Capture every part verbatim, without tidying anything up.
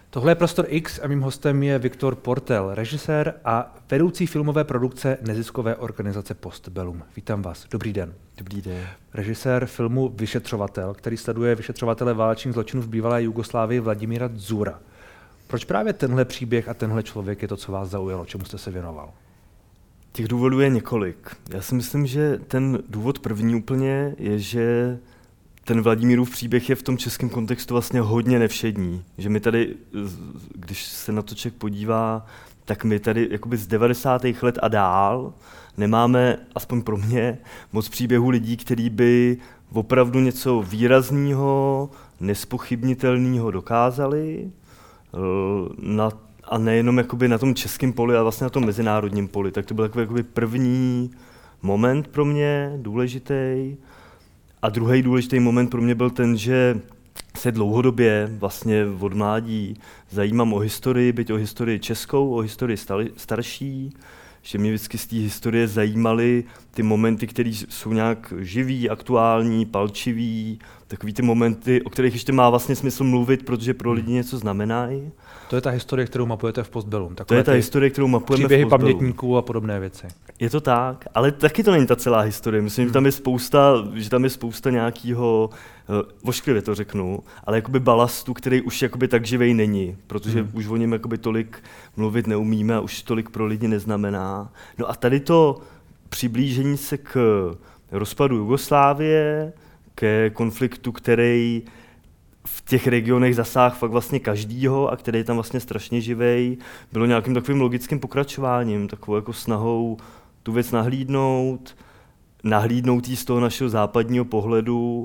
Tohle je Prostor X a mým hostem je Viktor Portel, režisér a vedoucí filmové produkce neziskové organizace Postbellum. Vítám vás. Dobrý den. Dobrý den. Režisér filmu Vyšetřovatel, který sleduje vyšetřovatele válečných zločinů v bývalé Jugoslávii Vladimíra Dzura. Proč právě tenhle příběh a tenhle člověk je to, co vás zaujalo, čemu jste se věnoval? Těch důvodů je několik. Já si myslím, že ten důvod první úplně je, že ten Vladimírův příběh je v tom českém kontextu vlastně hodně nevšední. Že my tady, když se na to člověk podívá, tak my tady jakoby z devadesátých let a dál nemáme, aspoň pro mě, moc příběhů lidí, kteří by opravdu něco výrazného, nespochybnitelného dokázali. Na, a nejenom jakoby na tom českém poli, ale vlastně na tom mezinárodním poli. Tak to byl jakoby, jakoby první moment pro mě, důležitý. A druhý důležitý moment pro mě byl ten, že se dlouhodobě, vlastně od mládí, zajímám o historii, byť o historii českou, o historii starší, že mě vždycky z té historie zajímaly ty momenty, které jsou nějak živý, aktuální, palčivý, takový ty momenty, o kterých ještě má vlastně smysl mluvit, protože pro lidi něco znamenají. To je ta historie, kterou mapujete v Postbellum. To je ta historie, kterou mapujeme příběhy v Postbellum. Pamětníků a podobné věci. Je to tak, ale taky to není ta celá historie. Myslím, hmm. že tam je spousta, že tam je spousta nějakého, uh, ošklivě to řeknu, ale jakoby balastu, který už jakoby tak živej není, protože hmm. už o něm jakoby tolik mluvit neumíme a už tolik pro lidi neznamená. No a tady to přiblížení se k rozpadu Jugoslávie, ke konfliktu, který v těch regionech zasáhl fakt vlastně každýho a který je tam vlastně strašně živej, bylo nějakým takovým logickým pokračováním, takovou jako snahou tu věc nahlídnout, nahlídnout jí z toho našeho západního pohledu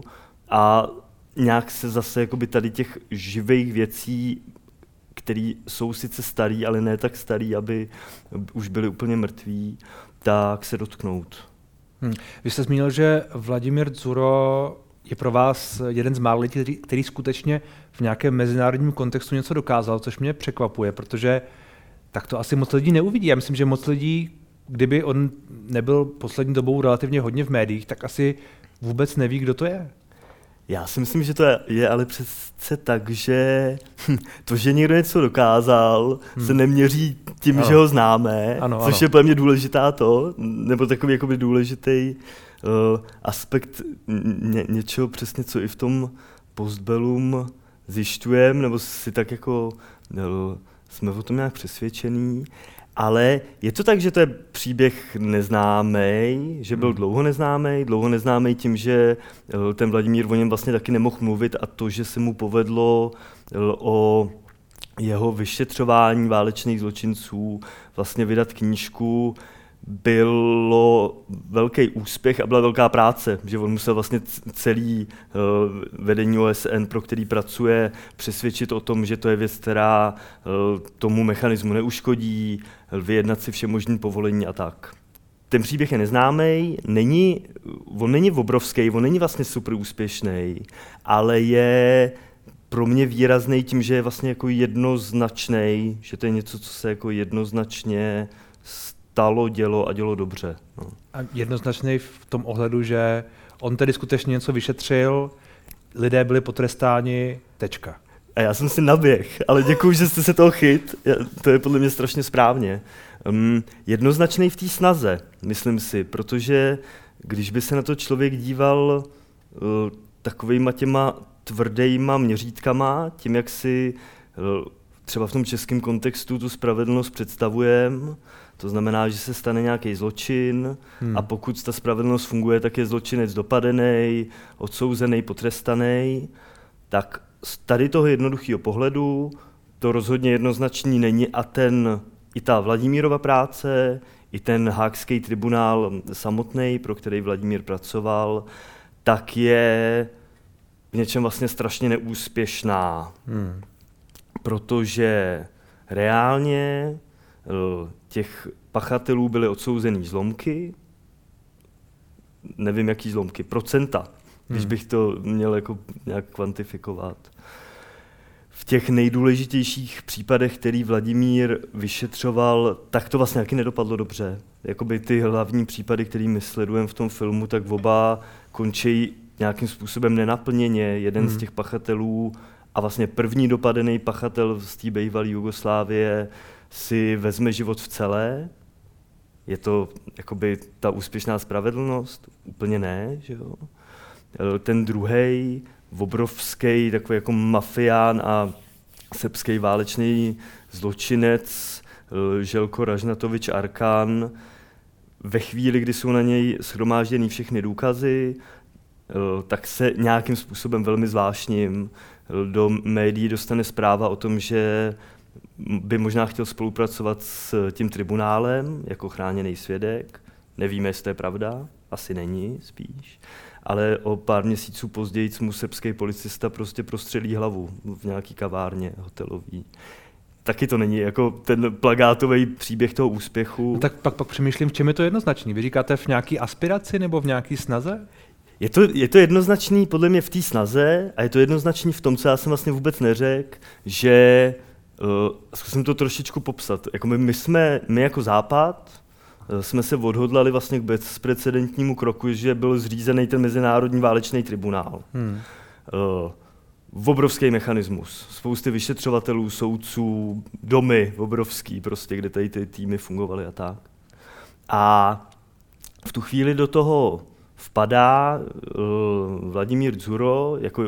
a nějak se zase jakoby tady těch živých věcí, které jsou sice starý, ale ne tak starý, aby už byly úplně mrtví, tak se dotknout. Hmm. Vy jste zmínil, že Vladimír Dzuro je pro vás jeden z mála lidí, který, který skutečně v nějakém mezinárodním kontextu něco dokázal, což mě překvapuje, protože tak to asi moc lidí neuvidí. Já myslím, že moc lidí, kdyby on nebyl poslední dobou relativně hodně v médiích, tak asi vůbec neví, kdo to je. Já si myslím, že to je, je ale přece tak, že to, že někdo něco dokázal, hmm. se neměří tím, ano. že ho známe, ano, což ano. je pro mě důležitá to, nebo takový jakoby důležitý uh, aspekt ně, něčeho přesně, co i v tom Postbellum zjišťujeme, nebo si tak jako no, jsme o tom nějak přesvědčení. Ale je to tak, že to je příběh neznámý, že byl hmm. dlouho neznámý, dlouho neznámý tím, že ten Vladimír o něm vlastně taky nemohl mluvit a to, že se mu povedlo o jeho vyšetřování válečných zločinců vlastně vydat knížku, bylo velký úspěch a byla velká práce, že on musel vlastně celý uh, vedení O S N, pro který pracuje, přesvědčit o tom, že to je věc, která uh, tomu mechanismu neuškodí, vyjednat si všemožný povolení a tak. Ten příběh je neznámý, není, on není obrovský, on není vlastně super úspěšný, ale je pro mě výrazný tím, že je vlastně jako jednoznačný, že to je něco, co se jako jednoznačně stalo, dělo a dělo dobře. No. A jednoznačný v tom ohledu, že on tedy skutečně něco vyšetřil, lidé byli potrestáni, tečka. A já jsem si naběh, ale děkuju, že jste se toho chyt, to je podle mě strašně správně. Um, jednoznačný v té snaze, myslím si, protože když by se na to člověk díval uh, takovejma těma tvrdejma měřítkama, tím, jak si uh, třeba v tom českém kontextu tu spravedlnost představujeme, to znamená, že se stane nějaký zločin hmm. a pokud ta spravedlnost funguje, tak je zločinec dopadený, odsouzený, potrestaný, tak z tady toho jednoduchého pohledu to rozhodně jednoznačný není a ten, i ta Vladimírova práce, i ten Haagský tribunál samotný, pro který Vladimír pracoval, tak je v něčem vlastně strašně neúspěšná. Hmm. Protože reálně těch pachatelů byly odsouzený zlomky, nevím jaký zlomky, procenta, když hmm. bych to měl jako nějak kvantifikovat. V těch nejdůležitějších případech, který Vladimír vyšetřoval, tak to vlastně taky nedopadlo dobře. Jakoby ty hlavní případy, který my sledujeme v tom filmu, tak oba končí nějakým způsobem nenaplněně. Jeden hmm. z těch pachatelů a vlastně první dopadený pachatel z té bývalé Jugoslávie si vezme život v celé. Je to jakoby ta úspěšná spravedlnost? Úplně ne, že jo? Ten druhej, obrovský takový jako mafián a srbský válečný zločinec Željko Ražnatovič Arkan, ve chvíli, kdy jsou na něj shromážděný všechny důkazy, tak se nějakým způsobem velmi zvláštním do médií dostane zpráva o tom, že by možná chtěl spolupracovat s tím tribunálem jako chráněný svědek. Nevíme, jestli to je pravda, asi není spíš. Ale o pár měsíců později mu srbský policista prostě prostřelí hlavu v nějaký kavárně hotelový. Taky to není jako ten plagátový příběh toho úspěchu. No tak pak, pak přemýšlím, v čem je to jednoznačný. Vy říkáte v nějaký aspiraci nebo v nějaký snaze? Je to, je to jednoznačný podle mě v té snaze a je to jednoznačný v tom, co já jsem vlastně vůbec neřekl, že uh, zkusím to trošičku popsat. Jako my, my jsme, my jako Západ, jsme se odhodlali vlastně k bezprecedentnímu kroku, že byl zřízený ten Mezinárodní válečný tribunál. Hmm. Uh, obrovský mechanismus. Spousty vyšetřovatelů, soudců, domy obrovský prostě, kde tady ty týmy fungovaly a tak. A v tu chvíli do toho vpadá uh, Vladimír Dzuro jako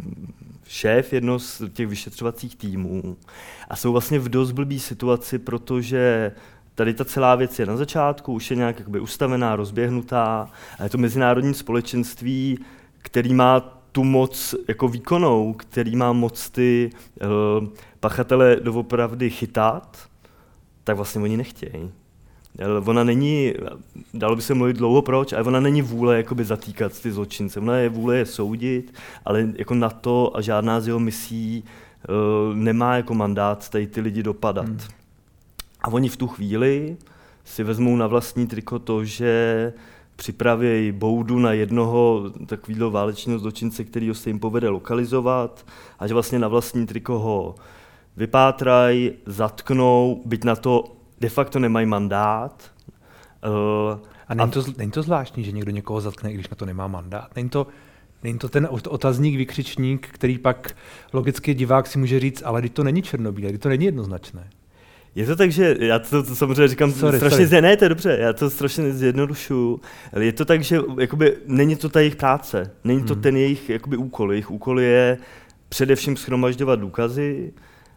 šéf jednoho z těch vyšetřovacích týmů. A jsou vlastně v dost blbý situaci, protože tady ta celá věc je na začátku, už je nějak jakoby ustavená, rozběhnutá a je to mezinárodní společenství, který má tu moc jako výkonnou, který má moc ty uh, pachatele doopravdy chytat, tak vlastně oni nechtějí. Ona není, dalo by se mluvit dlouho proč, ale ona není vůle jakoby zatýkat ty zločince, ona je vůle je soudit, ale jako na to a žádná z jeho misí uh, nemá jako mandát tady ty lidi dopadat. Hmm. A oni v tu chvíli si vezmou na vlastní triko to, že připravějí boudu na jednoho takového válečného zločince, kterýho se jim povede lokalizovat a že vlastně na vlastní triko ho vypátrají, zatknou, byť na to de facto nemají mandát. Uh, a není to, není to zvláštní, že někdo někoho zatkne, i když na to nemá mandát? Není to, není to ten otazník, vykřičník, který pak logicky divák si může říct, ale když to není černobílé, když to není jednoznačné. Je to tak, že já to, to samozřejmě říkám sorry, strašně, sorry. ne, to je dobře, já to strašně zjednodušuju, ale je to tak, že jakoby, není to ta jejich práce, není to hmm. ten jejich jakoby, úkol, jejich úkol je především shromažďovat důkazy,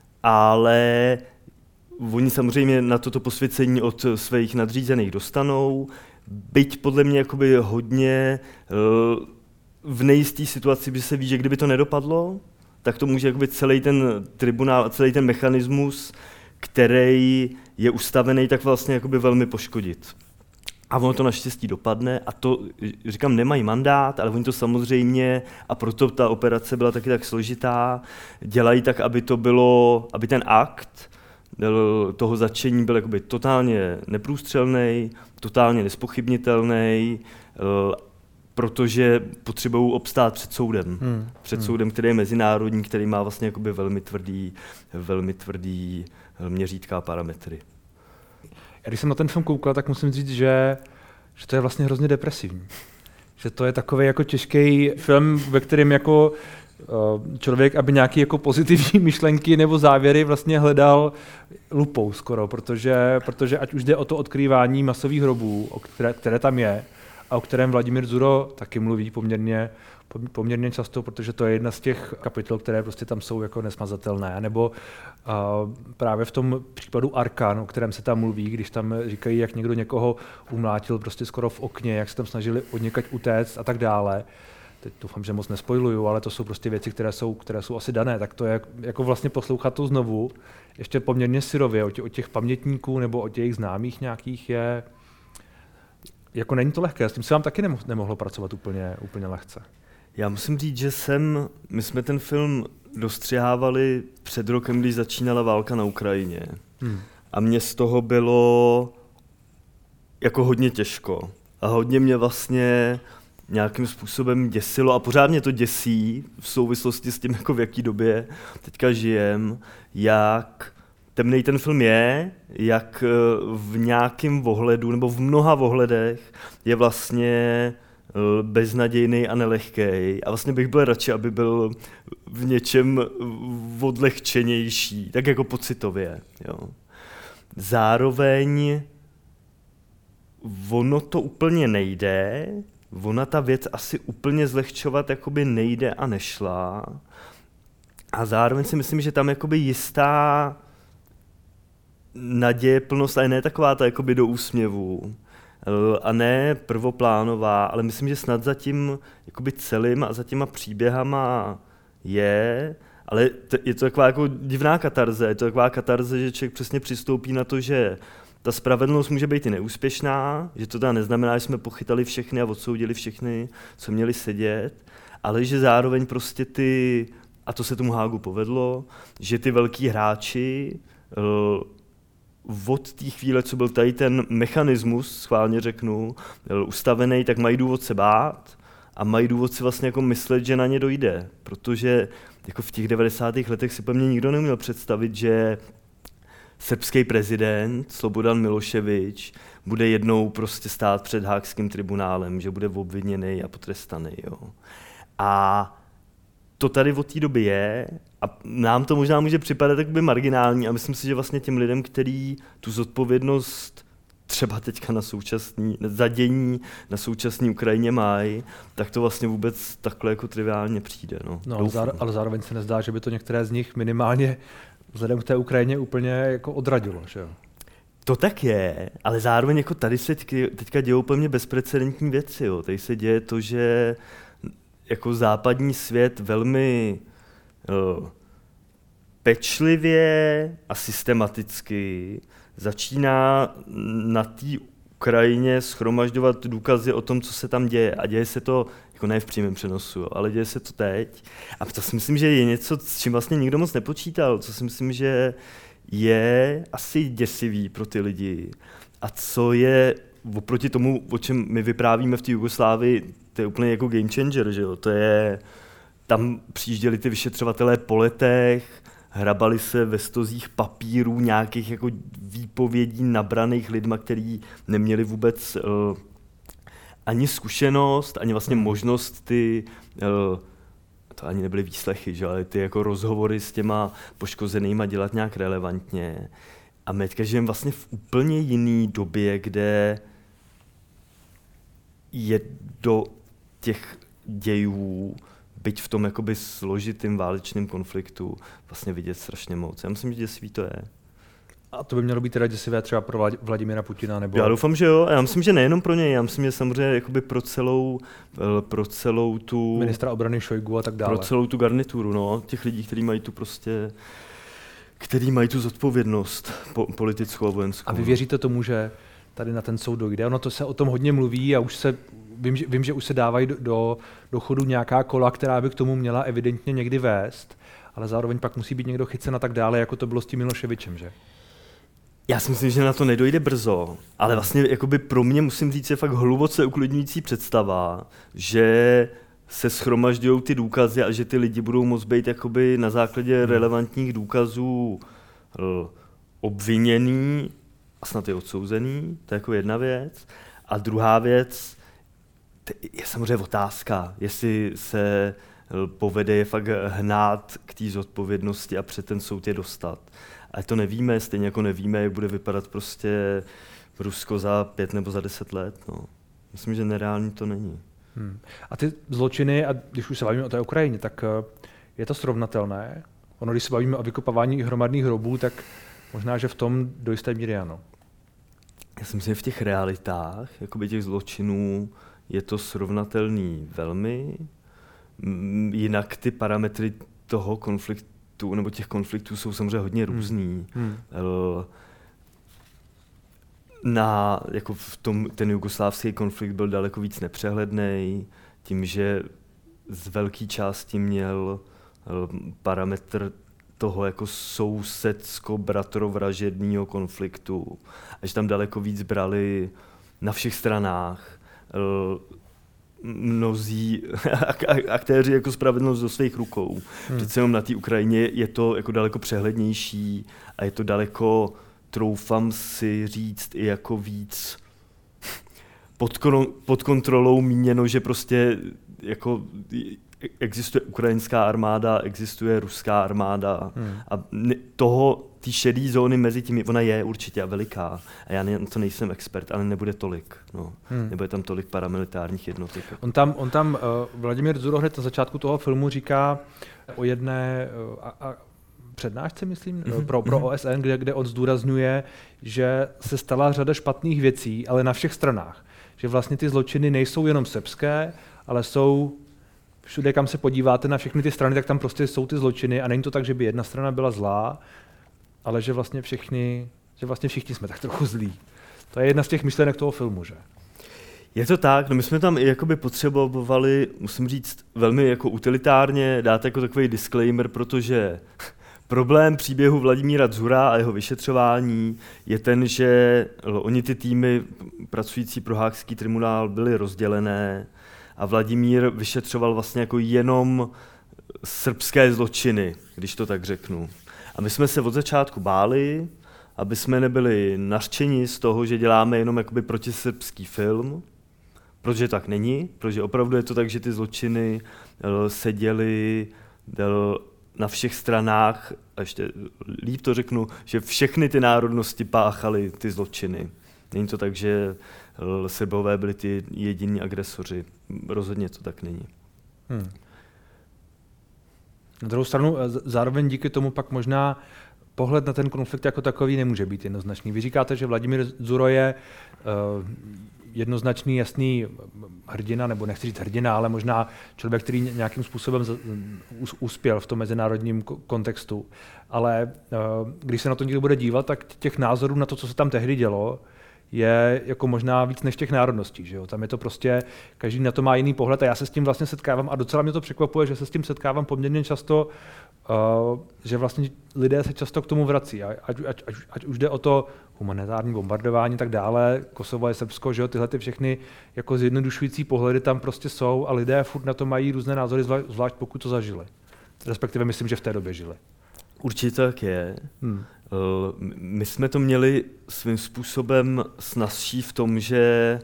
ale oni samozřejmě na toto posvěcení od svých nadřízených dostanou, byť podle mě jakoby, hodně uh, v nejisté situaci, by se ví, že kdyby to nedopadlo, tak to může jakoby, celý ten tribunál, celý ten mechanismus, který je ustavený, tak vlastně jakoby velmi poškodit. A ono to naštěstí dopadne a to, říkám, nemají mandát, ale oni to samozřejmě, a proto ta operace byla taky tak složitá, dělají tak, aby to bylo, aby ten akt toho zatčení byl jakoby totálně neprůstřelný, totálně nespochybnitelný, protože potřebují obstát před soudem. Hmm. Před hmm. soudem, který je mezinárodní, který má vlastně jakoby velmi tvrdý, velmi tvrdý měřítka a parametry. Já když jsem na ten film koukal, tak musím říct, že, že to je vlastně hrozně depresivní. Že to je takový jako těžký film, ve kterém jako uh, člověk, aby nějaké jako pozitivní myšlenky nebo závěry vlastně hledal lupou skoro, protože, protože ať už jde o to odkrývání masových hrobů, o které, které tam je, a o kterém Vladimír Dzuro taky mluví poměrně, poměrně často, protože to je jedna z těch kapitol, které prostě tam jsou jako nesmazatelné. Nebo uh, právě v tom případu Arkan, o kterém se tam mluví, když tam říkají, jak někdo někoho umlátil prostě skoro v okně, jak se tam snažili odněkať utéct a tak dále. Teď doufám, že moc nespoiluju, ale to jsou prostě věci, které jsou, které jsou asi dané. Tak to je jako vlastně poslouchat to znovu, ještě poměrně syrově, o těch, o těch pamětníků nebo o těch známých nějakých je. Jako není to lehké, s tím se vám taky nemoh- nemohlo pracovat úplně, úplně lehce. Já musím říct, že jsem, my jsme ten film dostřihávali před rokem, když začínala válka na Ukrajině. Hmm. A mně z toho bylo jako hodně těžko. A hodně mě vlastně nějakým způsobem děsilo a pořád mě to děsí v souvislosti s tím, jako v jaký době teďka žijem, jak temnej ten film je, jak v nějakém ohledu, nebo v mnoha ohledech je vlastně beznadějný a nelehkej a vlastně bych byl radši, aby byl v něčem odlehčenější, tak jako pocitově. Jo. Zároveň ono to úplně nejde, ona ta věc asi úplně zlehčovat jakoby nejde a nešla a zároveň si myslím, že tam jakoby jistá naděje, plnost, a ne taková ta jakoby do úsměvu. A ne prvoplánová, ale myslím, že snad za tím jakoby celým a za těma příběhama je, ale t- je to taková jako divná katarze, je to taková katarze, že člověk přesně přistoupí na to, že ta spravedlnost může být i neúspěšná, že to teda neznamená, že jsme pochytali všechny a odsoudili všechny, co měli sedět, ale že zároveň prostě ty, a to se tomu Hágu povedlo, že ty velký hráči od té chvíle, co byl tady ten mechanismus, schválně řeknu, ustavený, tak mají důvod se bát a mají důvod si vlastně jako myslet, že na ně dojde. Protože jako v těch devadesátých letech si po mně nikdo neuměl představit, že srbský prezident Slobodan Miloševič bude jednou prostě stát před Haagským tribunálem, že bude obviněný a potrestaný. Jo. A to tady od té doby je a nám to možná může připadat jakoby marginální a myslím si, že vlastně těm lidem, kteří tu zodpovědnost třeba teďka na současný, za dění na současné Ukrajině mají, tak to vlastně vůbec takhle jako triviálně přijde. No, no ale, záro, ale zároveň se nezdá, že by to některé z nich minimálně vzhledem k té Ukrajině úplně jako odradilo, že jo? To tak je, ale zároveň jako tady se teďka dějou úplně bezprecedentní věci. Jo. Tady se děje to, že jako západní svět velmi jo, pečlivě a systematicky začíná na té Ukrajině shromažďovat důkazy o tom, co se tam děje. A děje se to, jako ne v přímém přenosu, jo, ale děje se to teď. A to si myslím, že je něco, s čím vlastně nikdo moc nepočítal, co si myslím, že je asi děsivý pro ty lidi. A co je oproti tomu, o čem my vyprávíme v té Jugoslávii, to je úplně jako game changer, že jo? To je, tam přijížděli ty vyšetřovatelé po letech, hrabali se ve stozích papírů, nějakých jako výpovědí nabraných lidma, kteří neměli vůbec uh, ani zkušenost, ani vlastně možnost ty, uh, to ani nebyly výslechy, že? Ale ty jako rozhovory s těma poškozenýma dělat nějak relevantně. A my teďka žijeme vlastně v úplně jiný době, kde je do těch dějů, byť v tom jakoby složitým válečným konfliktu, vlastně vidět strašně moc. Já myslím, že děsivý to je. A to by mělo být teda děsivé třeba pro Vladimira Putina? Nebo... Já doufám, že jo. Já myslím, že nejenom pro něj. Já myslím, že samozřejmě jakoby pro celou, pro celou tu... Ministra obrany Šojgu a tak dále. Pro celou tu garnituru, no. Těch lidí, kteří mají tu prostě... který mají tu zodpovědnost po, politickou a vojenskou. A vy věříte tomu, že tady na ten soud dojde? Ono to se o tom hodně mluví a už se, vím, že, vím, že už se dávají do, do, do chodu nějaká kola, která by k tomu měla evidentně někdy vést, ale zároveň pak musí být někdo chycen a tak dále, jako to bylo s tím Miloševičem, že? Já si myslím, že na to nedojde brzo, ale vlastně jakoby pro mě musím říct, je fakt hluboce uklidňující představa, že se shromažďují ty důkazy a že ty lidi budou moct být jakoby na základě relevantních důkazů obviněný a snad je odsouzený, to je jako jedna věc. A druhá věc je samozřejmě otázka, jestli se povede je fakt hnát k té zodpovědnosti a před ten soud je dostat. Ale to nevíme, stejně jako nevíme, jak bude vypadat prostě Rusko za pět nebo za deset let. No. Myslím, že nereální to není. Hmm. A ty zločiny, a když už se bavíme o té Ukrajině, tak je to srovnatelné? Ono, když se bavíme o vykopávání hromadných hrobů, tak možná, že v tom do jisté míry ano. Já si myslím, že v těch realitách, jakoby těch zločinů, je to srovnatelný velmi. Jinak ty parametry toho konfliktu, nebo těch konfliktů jsou samozřejmě hodně různý. Hmm. Hmm. Na, jako v tom, ten jugoslávský konflikt byl daleko víc nepřehledný, tím, že z velké části měl parametr toho jako sousedsko-bratrovražedného konfliktu. A že tam daleko víc brali na všech stranách mnozí aktéři jako spravedlnost do svých rukou. Hmm. Přece jenom na té Ukrajině je to jako daleko přehlednější a je to daleko, troufám si říct, i jako víc pod, pod kontrolou míněno, že prostě jako existuje ukrajinská armáda, existuje ruská armáda hmm. a toho, ty šedý zóny mezi tím, ona je určitě a veliká. A já ne, to nejsem expert, ale nebude tolik. No. Hmm. Nebude tam tolik paramilitárních jednotek. On tam, on tam uh, Vladimír Dzuro hned na začátku toho filmu říká o jedné uh, a, a přednášce, myslím, mm-hmm. pro, pro O S N, kde, kde on zdůrazňuje, že se stala řada špatných věcí, ale na všech stranách. Že vlastně ty zločiny nejsou jenom srbské, ale jsou všude, kam se podíváte na všechny ty strany, tak tam prostě jsou ty zločiny a není to tak, že by jedna strana byla zlá, ale že vlastně všichni, že vlastně všichni jsme tak trochu zlí. To je jedna z těch myšlenek toho filmu, že? Je to tak, no my jsme tam i jakoby potřebovali, musím říct, velmi jako utilitárně dát jako takový disclaimer, protože problém příběhu Vladimíra Dzura a jeho vyšetřování je ten, že oni ty týmy pracující pro Haagský tribunál byly rozdělené a Vladimír vyšetřoval vlastně jako jenom srbské zločiny, když to tak řeknu. A my jsme se od začátku báli, aby jsme nebyli nařčeni z toho, že děláme jenom jakoby protisrbský film, protože tak není, protože opravdu je to tak, že ty zločiny se děly na všech stranách, a ještě líp to řeknu, že všechny ty národnosti páchaly ty zločiny. Není to tak, že Srbové byli ty jediní agresoři. Rozhodně to tak není. Hmm. Na druhou stranu zároveň díky tomu pak možná pohled na ten konflikt jako takový nemůže být jednoznačný. Vy říkáte, že Vladimír Dzuro je uh, jednoznačný, jasný hrdina, nebo nechci říct hrdina, ale možná člověk, který nějakým způsobem uspěl v tom mezinárodním kontextu. Ale uh, když se na to někdo bude dívat, tak těch názorů na to, co se tam tehdy dělo, je jako možná víc než těch národností. Že jo? Tam je to prostě, každý na to má jiný pohled a já se s tím vlastně setkávám a docela mě to překvapuje, že se s tím setkávám poměrně často, uh, že vlastně lidé se často k tomu vrací. Ať, ať, ať, ať už jde o to humanitární bombardování a tak dále, Kosovo je Srbsko, že jo? Tyhle ty všechny jako zjednodušující pohledy tam prostě jsou a lidé furt na to mají různé názory, zvlášť pokud to zažili. Respektive myslím, že v té době žili. Určitě tak je. Hmm. My jsme to měli svým způsobem snazší v tom, že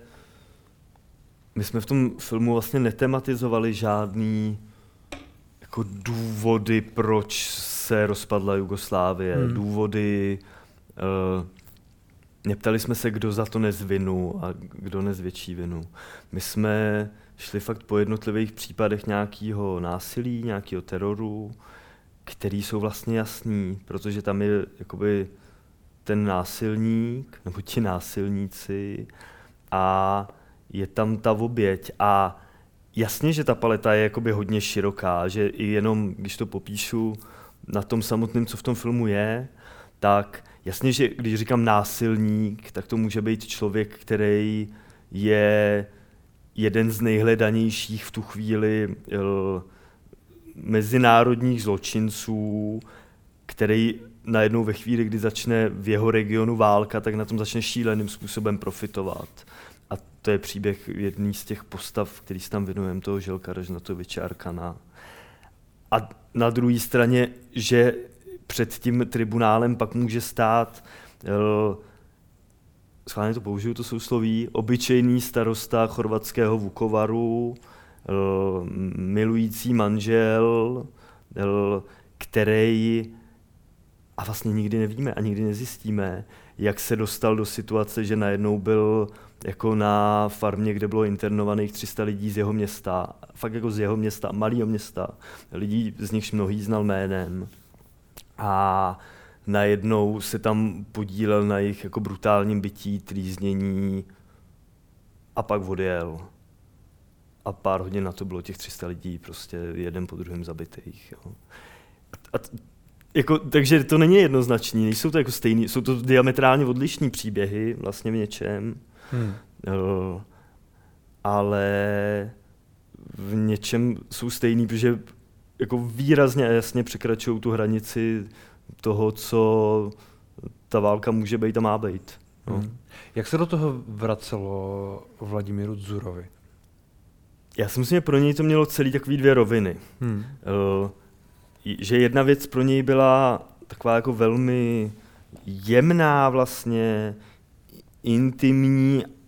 my jsme v tom filmu vlastně netematizovali žádný jako důvody, proč se rozpadla Jugoslávie, hmm. důvody, uh, neptali jsme se, kdo za to nese vinu a kdo nese větší vinu. My jsme šli fakt po jednotlivých případech nějakého násilí, nějakého teroru, který jsou vlastně jasný, protože tam je jakoby ten násilník, nebo ti násilníci a je tam ta oběť. A jasně, že ta paleta je jakoby hodně široká, že i jenom, když to popíšu na tom samotném, co v tom filmu je, tak jasně, že když říkám násilník, tak to může být člověk, který je jeden z nejhledanějších v tu chvíli mezinárodních zločinců, který najednou ve chvíli, kdy začne v jeho regionu válka, tak na tom začne šíleným způsobem profitovat. A to je příběh jedný z těch postav, který si tam věnujeme, toho Željka Ražnatoviče Arkana. A na druhé straně, že před tím tribunálem pak může stát, schválně to použiju, to sousloví, obyčejný starosta chorvatského Vukovaru, milující manžel, který, a vlastně nikdy nevíme a nikdy nezjistíme, jak se dostal do situace, že najednou byl jako na farmě, kde bylo internovaných tři sta lidí z jeho města, fakt jako z jeho města, malého města, lidí, z nichž mnohý znal jménem. A najednou se tam podílel na jejich jako brutálním bytí, trýznění a pak odjel. A pár hodin na to bylo těch tři sta lidí, prostě jeden po druhém zabitých. Jo. A t- jako, takže to není jednoznačný, nejsou to jako stejný, jsou to diametrálně odlišní příběhy vlastně v něčem, hmm. jo, ale v něčem jsou stejný, protože jako výrazně a jasně překračují tu hranici toho, co ta válka může být a má být. No. Hmm. Jak se do toho vracelo Vladimíru Dzurovi? Já si myslím, že pro něj to mělo celý takový dvě roviny. Hmm. Uh, že jedna věc pro něj byla taková jako velmi jemná vlastně, intimní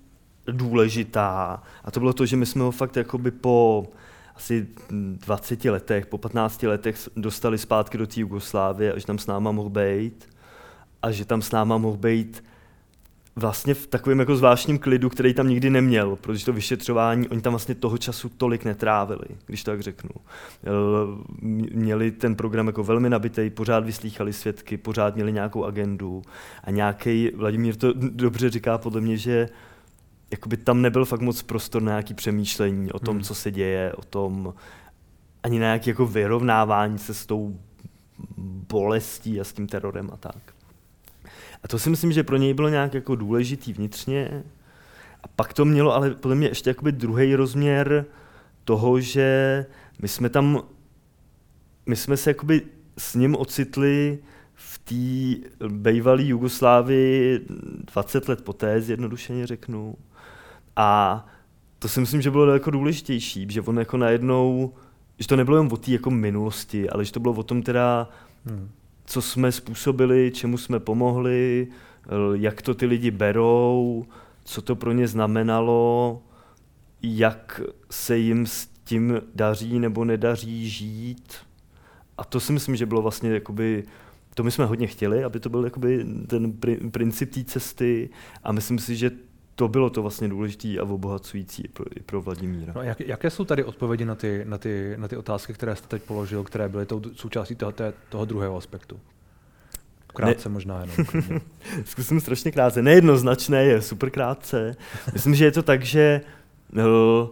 důležitá. A to bylo to, že my jsme ho fakt jakoby po asi dvaceti letech, po patnácti letech dostali zpátky do té Jugoslávie a že tam s náma mohl být. A že tam s náma mohl být vlastně v takovém jako zvláštním klidu, který tam nikdy neměl, protože to vyšetřování, oni tam vlastně toho času tolik netrávili, když tak řeknu. Měli ten program jako velmi nabitej, pořád vyslýchali svědky, pořád měli nějakou agendu a nějaký, Vladimír to dobře říká podle mě, že jakoby tam nebyl fakt moc prostor na nějaké přemýšlení o tom, hmm. co se děje, o tom, ani na nějaké jako vyrovnávání se s tou bolestí a s tím terorem a tak. A to si myslím, že pro něj bylo nějak jako důležitý vnitřně. A pak to mělo ale podle mě ještě jakoby druhý rozměr toho, že my jsme tam, my jsme se jakoby s ním ocitli v té bývalé Jugoslávii dvacet let poté, zjednodušeně řeknu. A to si myslím, že bylo daleko důležitější, že on jako najednou, že to nebylo jen o té jako minulosti, ale že to bylo o tom teda, hmm. co jsme způsobili, čemu jsme pomohli, jak to ty lidi berou, co to pro ně znamenalo, jak se jim s tím daří nebo nedaří žít. A to si myslím, že bylo vlastně jakoby, to my jsme hodně chtěli, aby to byl jakoby ten princip té cesty a myslím si, že to bylo to vlastně důležité a obohacující i pro, i pro Vladimíra. No, jak, jaké jsou tady odpovědi na ty, na, ty, na ty otázky, které jste teď položil, které byly tou součástí toho, toho druhého aspektu? Krátce ne, možná jenom. Zkusím strašně krátce. Nejednoznačné je super krátce. Myslím, že je to tak, že no,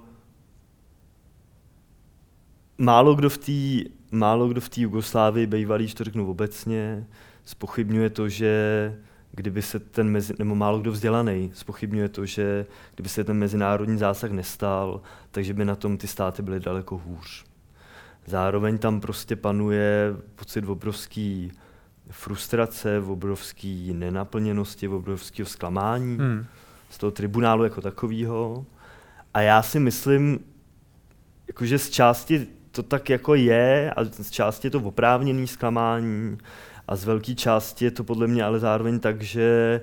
málo kdo v té málo kdo v té Jugoslávii bývalý, že to řeknu obecně, zpochybňuje to, že kdyby se ten mezi, nebo málo kdo vzdělaný zpochybňuje to, že kdyby se ten mezinárodní zásah nestal, takže by na tom ty státy byly daleko hůř. Zároveň tam prostě panuje pocit obrovský frustrace, obrovský nenaplněnosti, obrovského zklamání hmm. z toho tribunálu jako takového. A já si myslím, jakože z části to tak jako je a z části je to oprávněné zklamání a z velké části je to podle mě ale zároveň tak, že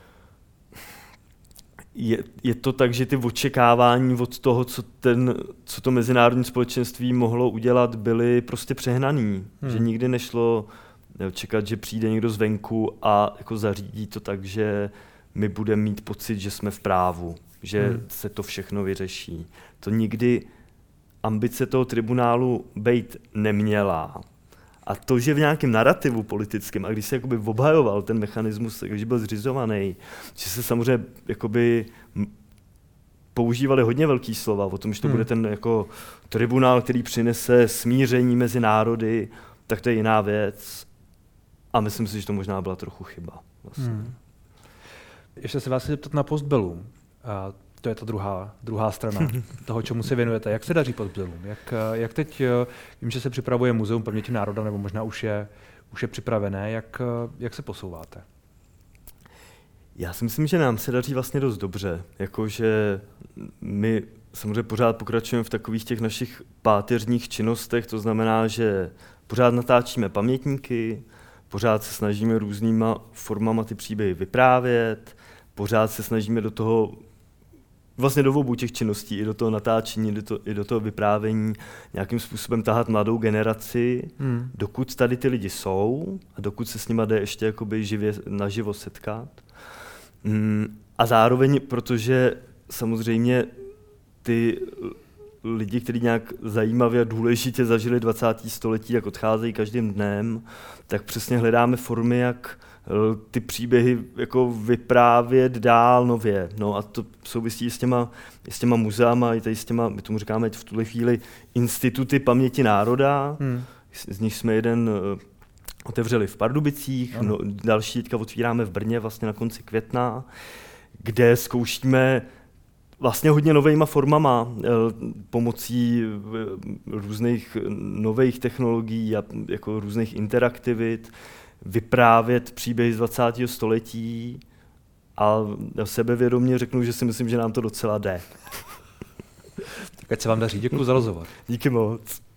je, je to tak, že ty očekávání od toho, co, ten, co to mezinárodní společenství mohlo udělat, byly prostě přehnaný. Hmm. Že nikdy nešlo čekat, že přijde někdo zvenku a jako zařídí to tak, že my budeme mít pocit, že jsme v právu, že hmm. se to všechno vyřeší. To nikdy ambice toho tribunálu být neměla. A to, že v nějakém narrativu politickém, a když se jakoby obhajoval ten mechanismus, když byl zřizovaný, že se samozřejmě jakoby používali hodně velký slova o tom, že to hmm. bude ten jako tribunál, který přinese smíření mezi národy, tak to je jiná věc. A myslím si, že to možná byla trochu chyba. Vlastně. Hmm. Ještě se vás zeptat na Postbellum. A to je ta druhá, druhá strana toho, čemu se věnujete. Jak se daří Postbellum? Jak, jak teď, vím, že se připravuje Muzeum paměti národa, nebo možná už je, už je připravené. Jak, jak se posouváte? Já si myslím, že nám se daří vlastně dost dobře. Jakože my samozřejmě pořád pokračujeme v takových těch našich páteřních činnostech, to znamená, že pořád natáčíme pamětníky, pořád se snažíme různýma formama ty příběhy vyprávět, pořád se snažíme do toho, vlastně do obou těch činností, i do toho natáčení, do to, i do toho vyprávění, nějakým způsobem tahat mladou generaci, hmm. dokud tady ty lidi jsou a dokud se s nima jde ještě jakoby živě, naživo setkat. Hmm. A zároveň, protože samozřejmě ty lidi, kteří nějak zajímavě a důležitě zažili dvacáté století, jak odcházejí každým dnem, tak přesně hledáme formy, jak ty příběhy jako vyprávět dál nově. No a to souvisí s těma, s těma muzeama, i tady s těma, my tomu říkáme v tuhle chvíli instituty paměti národa, hmm. z nich jsme jeden otevřeli v Pardubicích, no, další teďka otvíráme v Brně vlastně na konci května, kde zkoušíme vlastně hodně novejma formama, pomocí různých nových technologií a jako různých interaktivit, vyprávět příběhy z dvacátého století a sebevědomě řeknu, že si myslím, že nám to docela jde. Tak ať se vám daří. Děkuji za rozhovor. Díky moc.